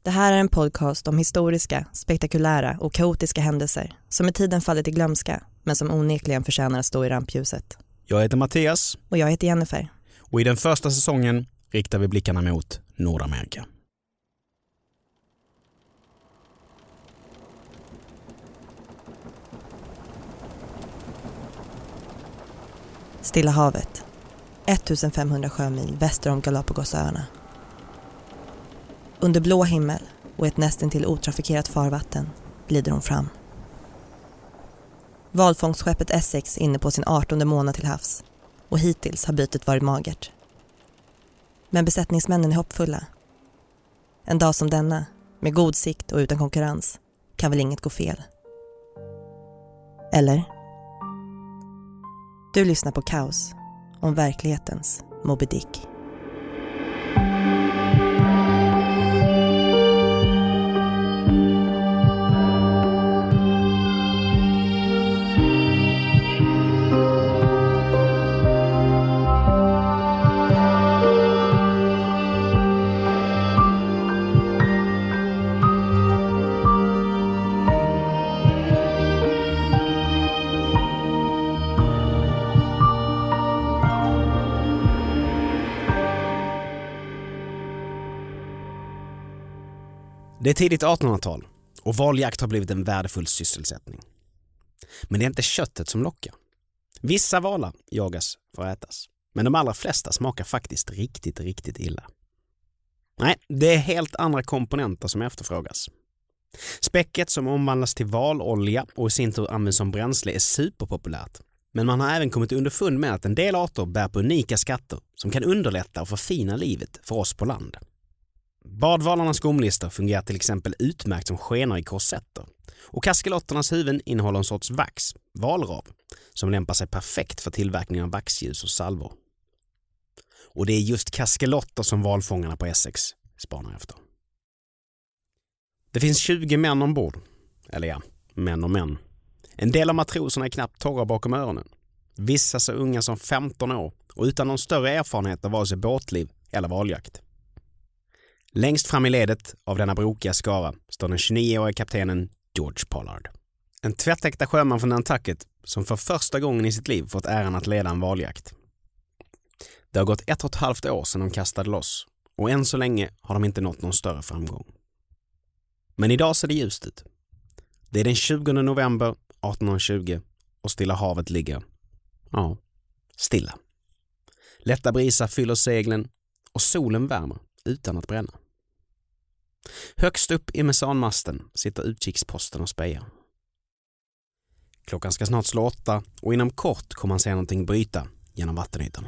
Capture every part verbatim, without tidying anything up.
Det här är en podcast om historiska, spektakulära och kaotiska händelser som med tiden fallit i glömska men som onekligen förtjänar att stå i rampljuset. Jag heter Mattias. Och jag heter Jennifer. Och i den första säsongen riktar vi blickarna mot Nordamerika. Stilla havet. femtonhundra sjömil väster om Galapagosöarna. Under blå himmel och ett nästintill otrafikerat farvatten glider hon fram. Valfångstskeppet Essex inne på sin artonde månad till havs och hittills har bytet varit magert. Men besättningsmännen är hoppfulla. En dag som denna, med god sikt och utan konkurrens, kan väl inget gå fel. Eller? Du lyssnar på Kaos om verklighetens Moby Dick. Det är tidigt artonhundratal och valjakt har blivit en värdefull sysselsättning. Men det är inte köttet som lockar. Vissa valar jagas för att ätas, men de allra flesta smakar faktiskt riktigt, riktigt illa. Nej, det är helt andra komponenter som efterfrågas. Späcket som omvandlas till valolja och i sin tur används som bränsle är superpopulärt. Men man har även kommit underfund med att en del arter bär på unika skatter som kan underlätta och förfina livet för oss på land. Badvalarnas skumlister fungerar till exempel utmärkt som skenor i korsetter. Och kaskelotternas huvuden innehåller en sorts vax, valrav, som lämpar sig perfekt för tillverkning av vaxljus och salvor. Och det är just kaskelotter som valfångarna på Essex spanar efter. Det finns tjugo män ombord. Eller ja, män och män. En del av matroserna är knappt torra bakom öronen. Vissa så unga som femton år och utan någon större erfarenhet av vare sig båtliv eller valjakt. Längst fram i ledet av denna brokiga skara står den tjugonioåriga kaptenen George Pollard. En tvättäkta sjöman från Nantucket som för första gången i sitt liv fått äran att leda en valjakt. Det har gått ett och ett halvt år sedan de kastade loss och än så länge har de inte nått någon större framgång. Men idag ser det ljust ut. Det är den tjugonde november artonhundratjugo och Stilla havet ligger, ja, stilla. Lätta brisar fyller seglen och solen värmer utan att bränna. Högst upp i mesanmasten sitter utkiksposten och spejar. Klockan ska snart slå åtta och inom kort kommer man se någonting bryta genom vattenytan.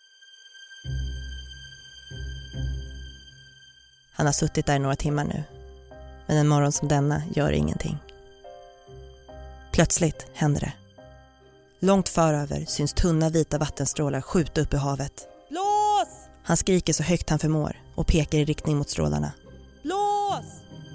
Han har suttit där några timmar nu. Men en morgon som denna gör ingenting. Plötsligt händer det. Långt föröver syns tunna vita vattenstrålar skjuta upp i havet. Blås! Han skriker så högt han förmår och pekar i riktning mot strålarna. Blås!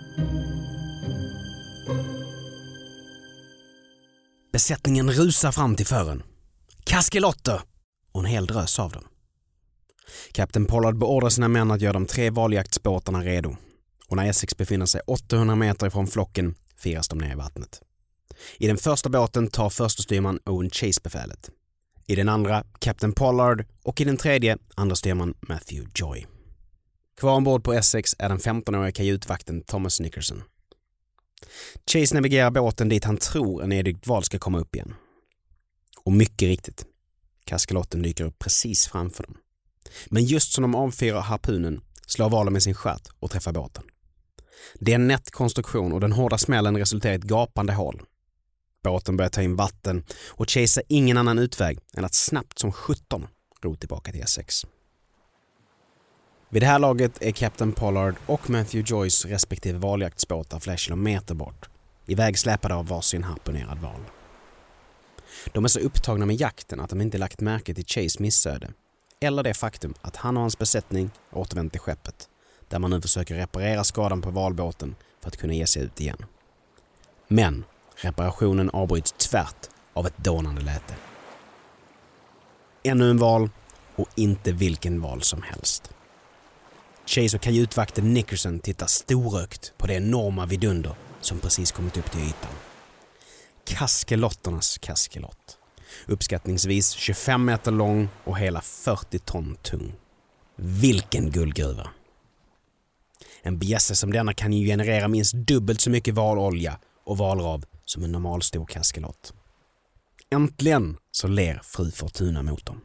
Besättningen rusar fram till fören. Kaskelotter! Och en hel drös av dem. Kapten Pollard beordrar sina män att göra de tre valjaktsbåtarna redo. Och när Essex befinner sig åttahundra meter ifrån flocken firas de ner i vattnet. I den första båten tar första styrman Owen Chase befälet. I den andra Kapten Pollard och i den tredje andra styrman Matthew Joy. Kvar ombord på Essex är den femtonåriga kajutvakten Thomas Nickerson. Chase navigerar båten dit han tror en neddykt val ska komma upp igen. Och mycket riktigt, kaskelotten dyker upp precis framför dem. Men just som de avfyrar harpunen slår valen med sin stjärt och träffar båten. Det är en nätt konstruktion och den hårda smällen resulterar i ett gapande hål. Båten börjar ta in vatten och Chase har ingen annan utväg än att snabbt som sjutton ro tillbaka till Essex. Vid det här laget är Kapten Pollard och Matthew Joys respektive valjaktsbåtar flera kilometer bort, ivägsläpade av varsin harpunerad val. De är så upptagna med jakten att de inte lagt märke till Chase missöde, eller det faktum att han och hans besättning återvänt till skeppet, där man nu försöker reparera skadan på valbåten för att kunna ge sig ut igen. Men reparationen avbryts tvärt av ett dånande läte. Ännu en val och inte vilken val som helst. Chase och kajutvakten Nickerson tittar storögt på det enorma vidunder som precis kommit upp till ytan. Kaskelotternas kaskelott. Uppskattningsvis tjugofem meter lång och hela fyrtio ton tung. Vilken guldgruva! En bjässe som denna kan ju generera minst dubbelt så mycket valolja och valrav som en normal stor kaskelott. Äntligen så ler fru Fortuna mot dem.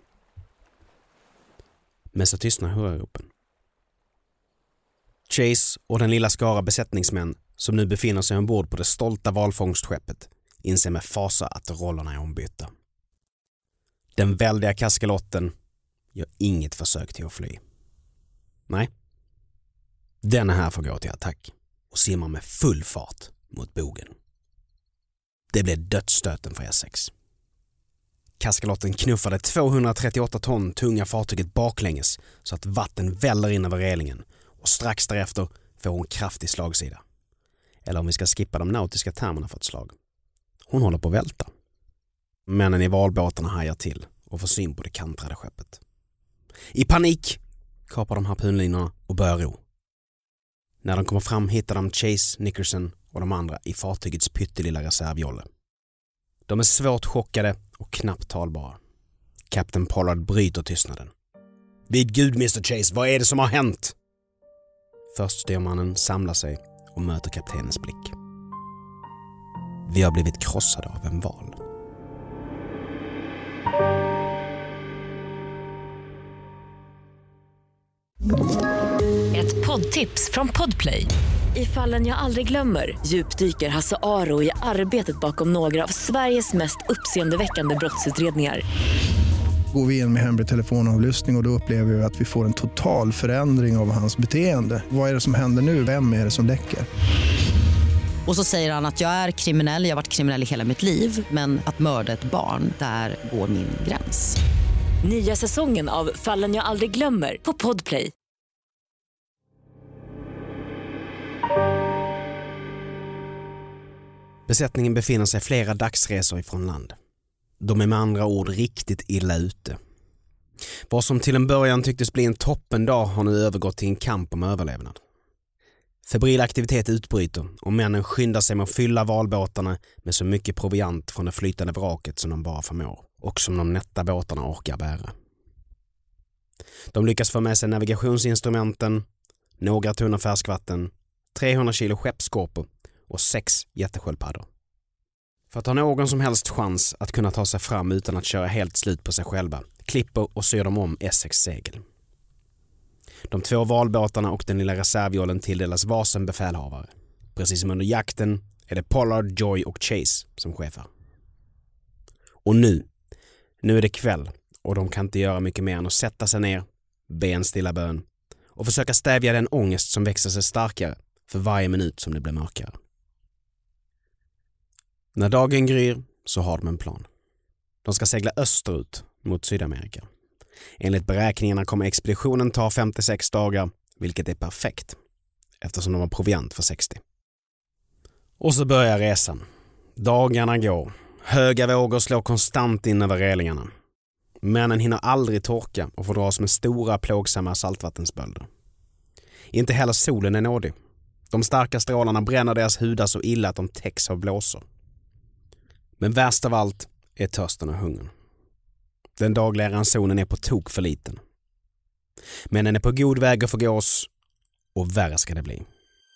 Men så tystnar hurraropen. Chase och den lilla skara besättningsmän som nu befinner sig ombord på det stolta valfångstskeppet inser med fasa att rollerna är ombytta. Den väldiga kaskelotten gör inget försök till att fly. Nej. Den här får gå till attack och simmar med full fart mot bogen. Det blev dödsstöten för Essex. Kaskelotten knuffade tvåhundratrettioåtta ton tunga fartyget baklänges så att vatten väller in över relingen och strax därefter får hon kraftig slagsida. Eller om vi ska skippa de nautiska termerna för ett slag. Hon håller på att välta. Männen i valbåtarna hajar till och får syn på det kantrade skeppet. I panik kapar de harpunlinorna och börjar ro. När de kommer fram hittar de Chase, Nickerson och de andra i fartygets pyttelilla reservjolle. De är svårt chockade och knappt talbara. Kapten Pollard bryter tystnaden. Vid Gud, mister Chase, vad är det som har hänt? Först styrmannen samlar sig och möter kaptenens blick. Vi har blivit krossade av en val. Ett poddtips från Podplay. I Fallen jag aldrig glömmer djupdyker Hasse Aro i arbetet bakom några av Sveriges mest uppseendeväckande brottsutredningar. Går vi in med hemlig telefonavlyssning och, och då upplever vi att vi får en total förändring av hans beteende. Vad är det som händer nu? Vem är det som läcker? Och så säger han att jag är kriminell, jag har varit kriminell i hela mitt liv. Men att mörda ett barn, där går min gräns. Nya säsongen av Fallen jag aldrig glömmer på Podplay. Besättningen befinner sig flera dagsresor ifrån land. De är med andra ord riktigt illa ute. Vad som till en början tycktes bli en toppendag har nu övergått till en kamp om överlevnad. Febril aktivitet utbryter och männen skyndar sig med att fylla valbåtarna med så mycket proviant från det flytande vraket som de bara förmår och som de nätta båtarna orkar bära. De lyckas få med sig navigationsinstrumenten, några tunnor färskvatten, trehundra kilo skeppsskåpor och sex jättesköldpaddor. För att ha någon som helst chans att kunna ta sig fram utan att köra helt slut på sig själva klipper och syr de om Essex segel. De två valbåtarna och den lilla reservjollen tilldelas varsin befälhavare. Precis som under jakten är det Pollard, Joy och Chase som chefar. Och nu, nu är det kväll och de kan inte göra mycket mer än att sätta sig ner, be en stilla bön och försöka stävja den ångest som växer sig starkare för varje minut som det blir mörkare. När dagen gryr så har de en plan. De ska segla österut mot Sydamerika. Enligt beräkningarna kommer expeditionen ta femtiosex dagar, vilket är perfekt eftersom de har proviant för sextio. Och så börjar resan. Dagarna går. Höga vågor slår konstant in över relingarna. Männen hinner aldrig torka och får dras med stora plågsamma saltvattensbölder. Inte heller solen är nådig. De starka strålarna bränner deras hudar så illa att de täcks av blåsor. Men värst av allt är törsten och hungern. Den dagliga ransonen är på tok för liten. Men den är på god väg att förgås och värre ska det bli.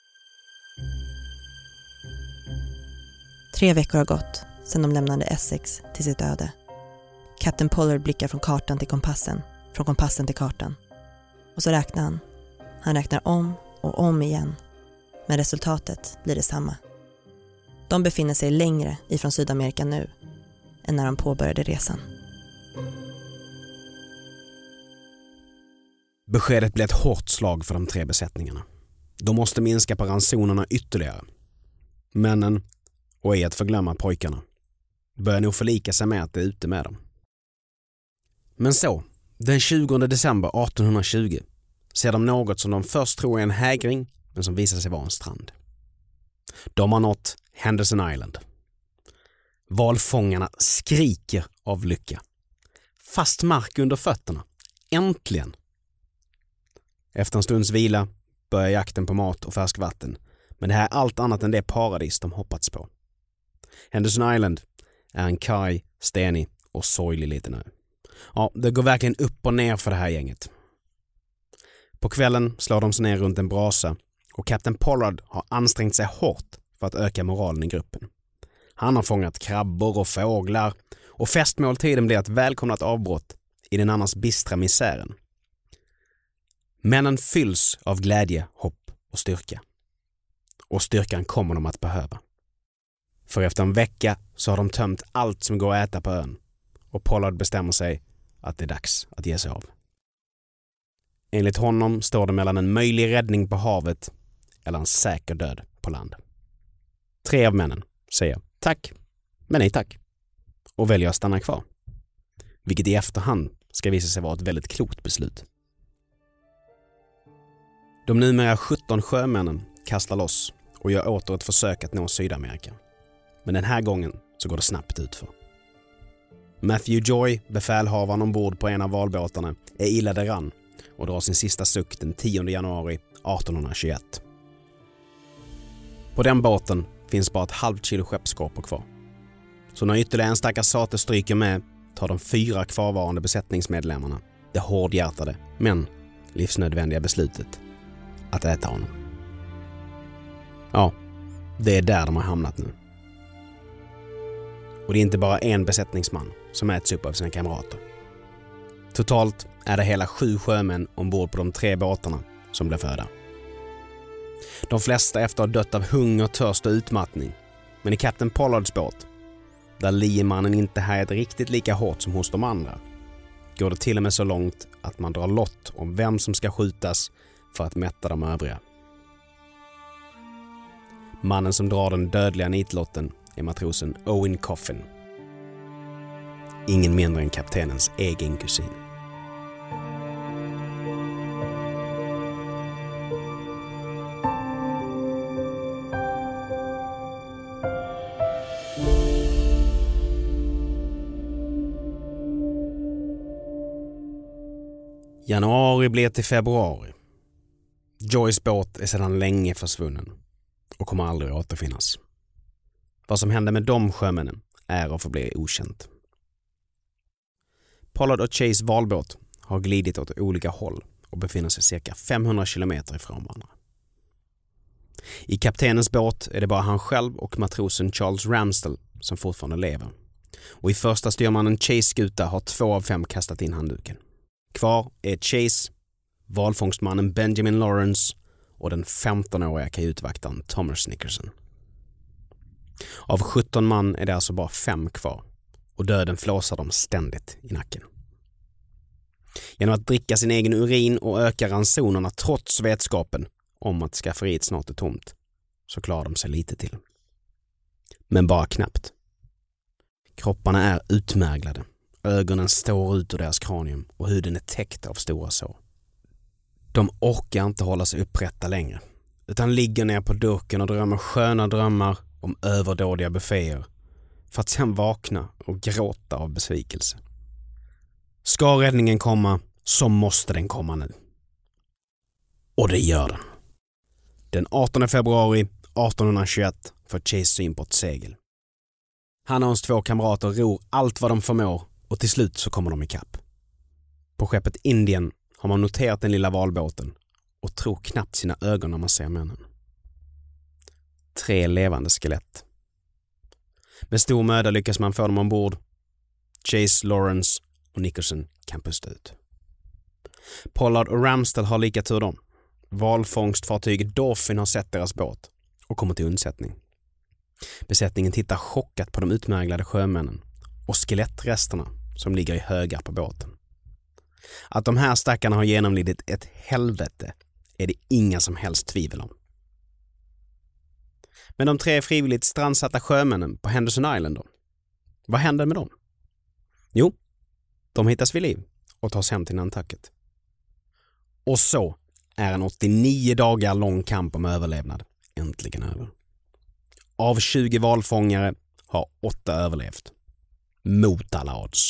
Tre veckor har gått sedan de lämnade Essex till sitt öde. Kapten Pollard blickar från kartan till kompassen, från kompassen till kartan. Och så räknar han. Han räknar om och om igen. Men resultatet blir detsamma. De befinner sig längre ifrån Sydamerika nu än när de påbörjade resan. Beskedet blir ett hårt slag för de tre besättningarna. De måste minska på ransonerna ytterligare. Männen, och i att förglömma pojkarna, börjar nog förlika sig med att det är ute med dem. Men så, den tjugonde december artonhundratjugo ser de något som de först tror är en hägring men som visar sig vara en strand. De har nått Henderson Island. Valfångarna skriker av lycka. Fast mark under fötterna. Äntligen! Efter en stunds vila börjar jakten på mat och färskvatten, men det här är allt annat än det paradis de hoppats på. Henderson Island är en karg, stenig och sorglig liten ö. Ja, det går verkligen upp och ner för det här gänget. På kvällen slår de sig ner runt en brasa och Captain Pollard har ansträngt sig hårt för att öka moralen i gruppen. Han har fångat krabbor och fåglar och festmåltiden blir ett välkomnat avbrott i den annars bistra misären. Männen fylls av glädje, hopp och styrka. Och styrkan kommer de att behöva. För efter en vecka så har de tömt allt som går att äta på ön och Pollard bestämmer sig att det är dags att ge sig av. Enligt honom står det mellan en möjlig räddning på havet eller en säker död på land. Tre av männen säger tack, men nej tack och väljer att stanna kvar. Vilket i efterhand ska visa sig vara ett väldigt klokt beslut. De numera sjutton sjömännen kastar loss och gör åter ett försök att nå Sydamerika. Men den här gången så går det snabbt utför. Matthew Joy, befälhavaren ombord på en av valbåtarna, är illa däran och drar sin sista suck den tionde januari artonhundratjugoett. På den båten finns bara ett halvt kilo skeppskorpor kvar. Så när ytterligare en stackars sate stryker med tar de fyra kvarvarande besättningsmedlemmarna det hårdhjärtade men livsnödvändiga beslutet att äta honom. Ja, det är där de har hamnat nu. Och det är inte bara en besättningsman som äts upp av sina kamrater. Totalt är det hela sju sjömän ombord på de tre båtarna som blev födda. De flesta efter har dött av hunger, törst och utmattning. Men i Captain Pollards båt, där liemannen inte härjat riktigt lika hårt som hos de andra, går det till och med så långt att man drar lott om vem som ska skjutas för att mätta de övriga. Mannen som drar den dödliga nitlotten är matrosen Owen Coffin. Ingen mindre än kaptenens egen kusin. Januari blir till februari. Joys båt är sedan länge försvunnen och kommer aldrig att återfinnas. Vad som hände med de sjömännen är och förblir okänt. Pollard och Chase valbåt har glidit åt olika håll och befinner sig cirka femhundra kilometer ifrån varandra. I kaptenens båt är det bara han själv och matrosen Charles Ramsdell som fortfarande lever. Och i första styrmannen Chase skuta har två av fem kastat in handduken. Kvar är Chase, valfångstmannen Benjamin Lawrence och den femtonåriga kajutvaktaren Thomas Nickerson. Av sjutton man är det alltså bara fem kvar och döden flåsar dem ständigt i nacken. Genom att dricka sin egen urin och öka ransonerna trots vetskapen om att skafferiet snart är tomt så klarar de sig lite till. Men bara knappt. Kropparna är utmärglade. Ögonen står ut ur deras kranium och huden är täckt av stora sår. De orkar inte hålla sig upprätta längre utan ligger ner på duken och drömmer sköna drömmar om överdådiga bufféer för att sen vakna och gråta av besvikelse. Ska räddningen komma så måste den komma nu. Och det gör den. Den artonde februari artonhundratjugoett får Chase syn på ett segel. Han och hans två kamrater ror allt vad de förmår och till slut så kommer de i kapp. På skeppet Indien har man noterat den lilla valbåten och tror knappt sina ögon när man ser männen. Tre levande skelett. Med stor möda lyckas man få dem ombord. Chase, Lawrence och Nickerson kan pusta ut. Pollard och Ramsdell har lika tur dem. Valfångstfartyget Dolphin har sett deras båt och kommer till undsättning. Besättningen tittar chockat på de utmärglade sjömännen och skelettresterna som ligger i högar på båten. Att de här stackarna har genomlidit ett helvete är det inga som helst tvivel om. Men de tre frivilligt strandsatta sjömännen på Henderson Island då? Vad händer med dem? Jo, de hittas vid liv och tas hem till Nantucket. Och så är en åttionio dagar lång kamp om överlevnad äntligen över. Av tjugo valfångare har åtta överlevt. Mot alla odds.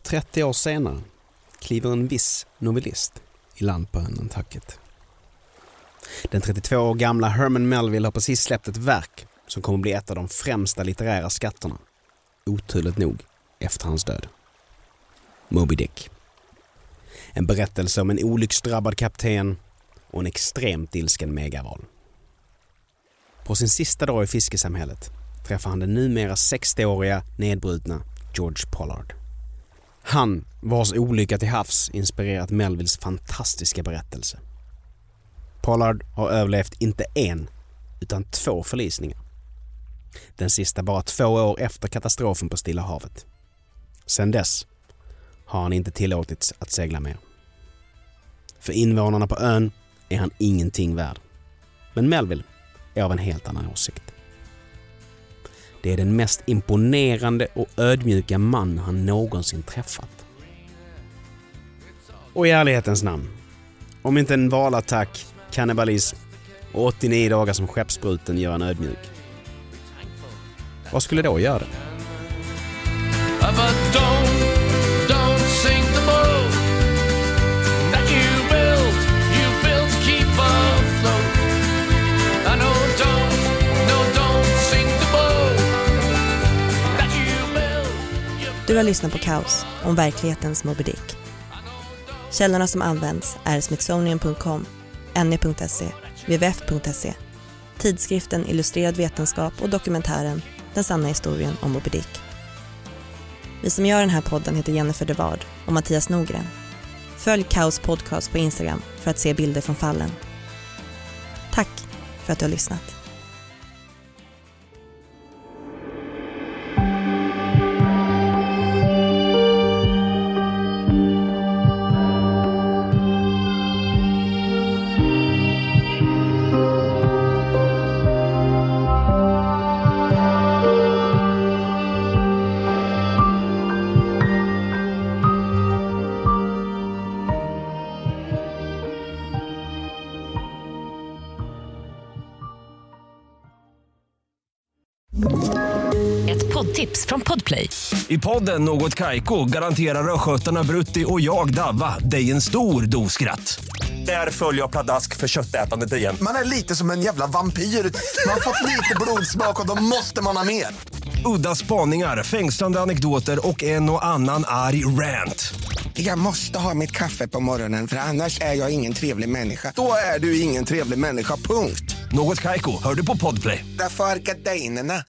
trettio år senare kliver en viss novellist i land på Nantucket. Den trettiotvå år gamla Herman Melville har precis släppt ett verk som kommer bli ett av de främsta litterära skatterna, oturligt nog, efter hans död. Moby Dick. En berättelse om en olycksdrabbad kapten och en extremt ilsken megaval. På sin sista dag i fiskesamhället träffar han den numera sextioåriga nedbrutna George Pollard. Han, vars olycka till havs inspirerat Melvilles fantastiska berättelse. Pollard har överlevt inte en, utan två förlisningar. Den sista bara två år efter katastrofen på Stilla havet. Sedan dess har han inte tillåtits att segla mer. För invånarna på ön är han ingenting värd. Men Melville är av en helt annan åsikt. Det är den mest imponerande och ödmjuka man han någonsin träffat. Och i ärlighetens namn, om inte en valattack, kannibalism och åttionio dagar som skeppsbruten gör en ödmjuk, vad skulle då göra det? Du har lyssnat på Kaos om verklighetens Moby Dick. Källorna som används är smithsonian punkt com, N E punkt se, W W F punkt se, tidskriften Illustrerad vetenskap och dokumentären Den sanna historien om Moby Dick. Vi som gör den här podden heter Jennifer Devard och Mattias Nogren. Följ Kaos podcast på Instagram för att se bilder från fallen. Tack för att du har lyssnat. Tips från Podplay. I podden Något Kaiko garanterar röskötarna Brutti och jag Davva dig en stor doskratt. Där följer jag pladask för köttätandet igen. Man är lite som en jävla vampyr. Man har fått lite blodsmak och då måste man ha mer. Udda spaningar, fängslande anekdoter och en och annan arg rant. Jag måste ha mitt kaffe på morgonen för annars är jag ingen trevlig människa. Då är du ingen trevlig människa, punkt. Något Kaiko, hör du på Podplay. Därför är gardinerna.